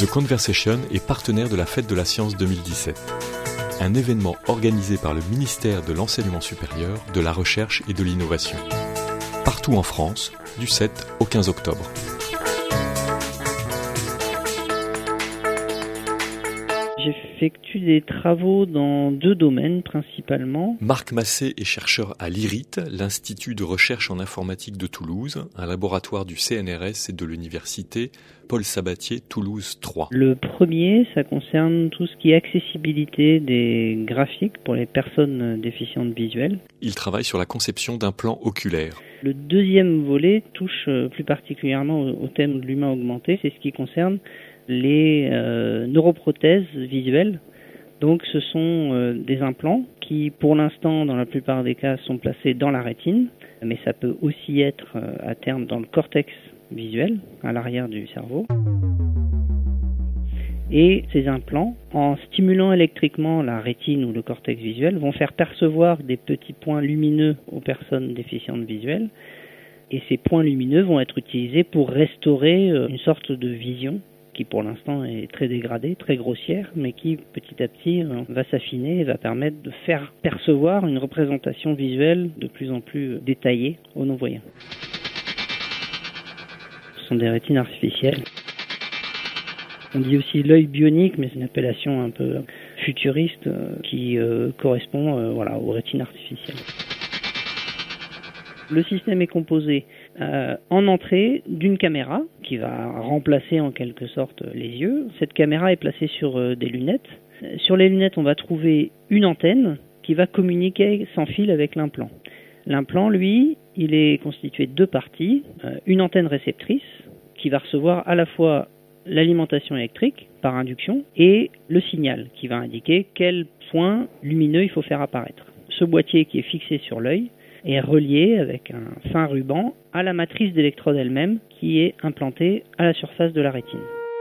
The Conversation est partenaire de la Fête de la Science 2017, un événement organisé par le ministère de l'Enseignement supérieur, de la Recherche et de l'Innovation, partout en France, du 7 au 15 octobre. J'effectue des travaux dans 2 domaines principalement. Marc Massé est chercheur à l'IRIT, l'Institut de recherche en informatique de Toulouse, un laboratoire du CNRS et de l'université Paul Sabatier Toulouse 3. Le premier, ça concerne tout ce qui est accessibilité des graphiques pour les personnes déficientes visuelles. Il travaille sur la conception d'un plan oculaire. Le deuxième volet touche plus particulièrement au thème de l'humain augmenté, c'est ce qui concerne les neuroprothèses visuelles. Donc ce sont des implants qui, pour l'instant, dans la plupart des cas, sont placés dans la rétine, mais ça peut aussi être à terme dans le cortex visuel, à l'arrière du cerveau. Et ces implants, en stimulant électriquement la rétine ou le cortex visuel, vont faire percevoir des petits points lumineux aux personnes déficientes visuelles. Et ces points lumineux vont être utilisés pour restaurer une sorte de vision qui pour l'instant est très dégradée, très grossière, mais qui petit à petit va s'affiner et va permettre de faire percevoir une représentation visuelle de plus en plus détaillée aux non-voyants. Ce sont des rétines artificielles. On dit aussi l'œil bionique, mais c'est une appellation un peu futuriste qui correspond aux rétines artificielles. Le système est composé en entrée d'une caméra qui va remplacer en quelque sorte les yeux. Cette caméra est placée sur des lunettes. Sur les lunettes, on va trouver une antenne qui va communiquer sans fil avec l'implant. L'implant, lui, il est constitué de 2 parties. Une antenne réceptrice qui va recevoir à la fois l'alimentation électrique par induction et le signal qui va indiquer quel point lumineux il faut faire apparaître. Ce boîtier qui est fixé sur l'œil est relié avec un fin ruban à la matrice d'électrode elle-même qui est implantée à la surface de la rétine.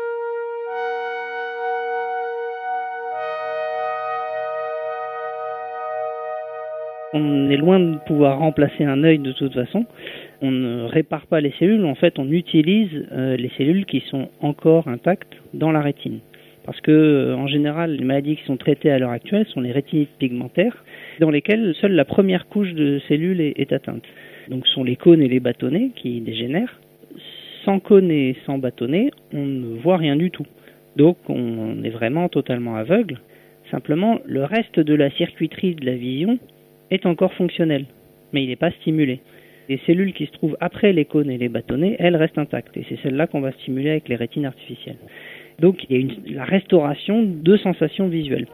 On est loin de pouvoir remplacer un œil de toute façon. On ne répare pas les cellules, en fait on utilise les cellules qui sont encore intactes dans la rétine. Parce que, en général, les maladies qui sont traitées à l'heure actuelle sont les rétinites pigmentaires, dans lesquelles seule la première couche de cellules est atteinte. Donc ce sont les cônes et les bâtonnets qui dégénèrent. Sans cônes et sans bâtonnets, on ne voit rien du tout. Donc on est vraiment totalement aveugle. Simplement, le reste de la circuiterie de la vision est encore fonctionnel, mais il n'est pas stimulé. Les cellules qui se trouvent après les cônes et les bâtonnets, elles restent intactes, et c'est celles-là qu'on va stimuler avec les rétines artificielles. Donc il y a la restauration de sensations visuelles.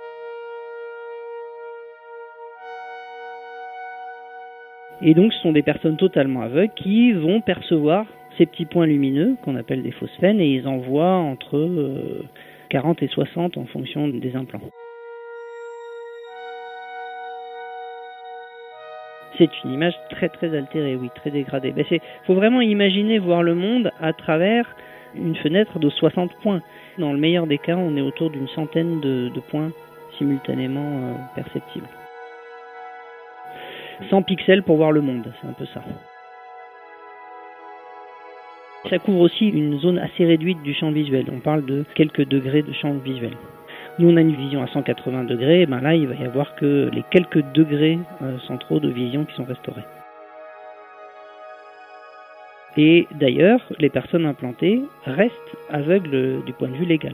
Et donc ce sont des personnes totalement aveugles qui vont percevoir ces petits points lumineux qu'on appelle des phosphènes, et ils en voient entre 40 et 60 en fonction des implants. C'est une image très très altérée, oui, très dégradée. Il faut vraiment imaginer voir le monde à travers une fenêtre de 60 points. Dans le meilleur des cas, on est autour d'une centaine de points simultanément perceptibles. 100 pixels pour voir le monde, c'est un peu ça. Ça couvre aussi une zone assez réduite du champ visuel. On parle de quelques degrés de champ visuel. Nous, on a une vision à 180 degrés, là, il va y avoir que les quelques degrés centraux de vision qui sont restaurés. Et d'ailleurs, les personnes implantées restent aveugles du point de vue légal.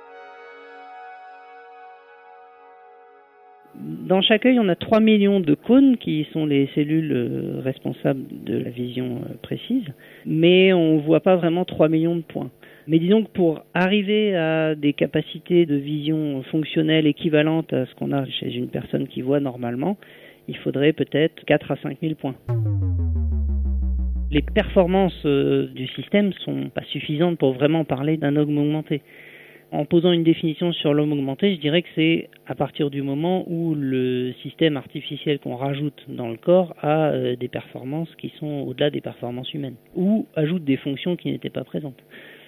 Dans chaque œil, on a 3 millions de cônes qui sont les cellules responsables de la vision précise, mais on ne voit pas vraiment 3 millions de points. Mais disons que pour arriver à des capacités de vision fonctionnelles équivalentes à ce qu'on a chez une personne qui voit normalement, il faudrait peut-être 4 à 5 000 points. Les performances du système ne sont pas suffisantes pour vraiment parler d'un homme augmenté. En posant une définition sur l'homme augmenté, je dirais que c'est à partir du moment où le système artificiel qu'on rajoute dans le corps a des performances qui sont au-delà des performances humaines, ou ajoute des fonctions qui n'étaient pas présentes.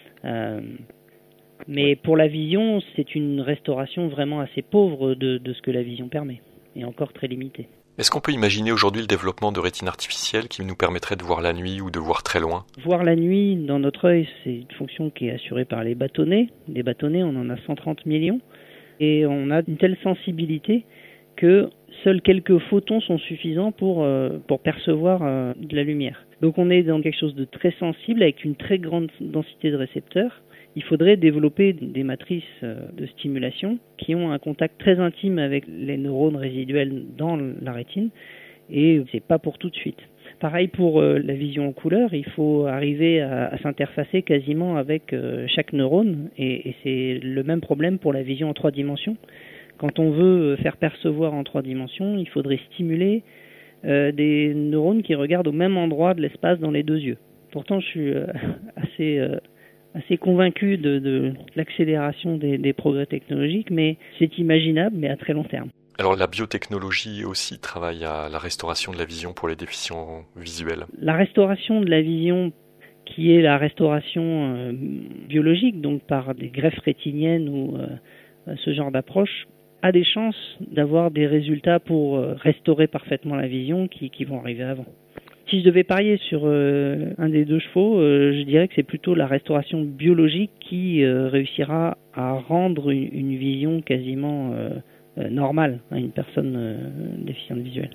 Mais pour la vision, c'est une restauration vraiment assez pauvre de ce que la vision permet, et encore très limitée. Est-ce qu'on peut imaginer aujourd'hui le développement de rétine artificielle qui nous permettrait de voir la nuit ou de voir très loin ? Voir la nuit dans notre œil, c'est une fonction qui est assurée par les bâtonnets. Les bâtonnets, on en a 130 millions. Et on a une telle sensibilité que seuls quelques photons sont suffisants pour percevoir de la lumière. Donc on est dans quelque chose de très sensible avec une très grande densité de récepteurs. Il faudrait développer des matrices de stimulation qui ont un contact très intime avec les neurones résiduels dans la rétine et c'est pas pour tout de suite. Pareil pour la vision en couleur, il faut arriver à s'interfacer quasiment avec chaque neurone et c'est le même problème pour la vision en 3 dimensions. Quand on veut faire percevoir en 3 dimensions, il faudrait stimuler des neurones qui regardent au même endroit de l'espace dans les 2 yeux. Pourtant, je suis assez convaincu de l'accélération des progrès technologiques, mais c'est imaginable, mais à très long terme. Alors la biotechnologie aussi travaille à la restauration de la vision pour les déficients visuels. La restauration de la vision, qui est la restauration biologique, donc par des greffes rétiniennes ou ce genre d'approche, a des chances d'avoir des résultats pour restaurer parfaitement la vision qui vont arriver avant. Si je devais parier sur un des 2 chevaux, je dirais que c'est plutôt la restauration biologique qui réussira à rendre une vision quasiment normale à une personne déficiente visuelle.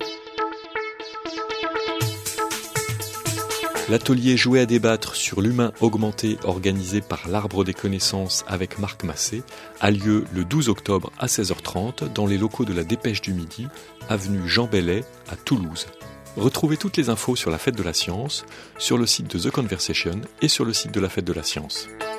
L'atelier Jouer à débattre sur l'humain augmenté organisé par l'Arbre des connaissances avec Marc Massé a lieu le 12 octobre à 16h30 dans les locaux de la Dépêche du Midi, avenue Jean Bellet à Toulouse. Retrouvez toutes les infos sur la Fête de la Science sur le site de The Conversation et sur le site de la Fête de la Science.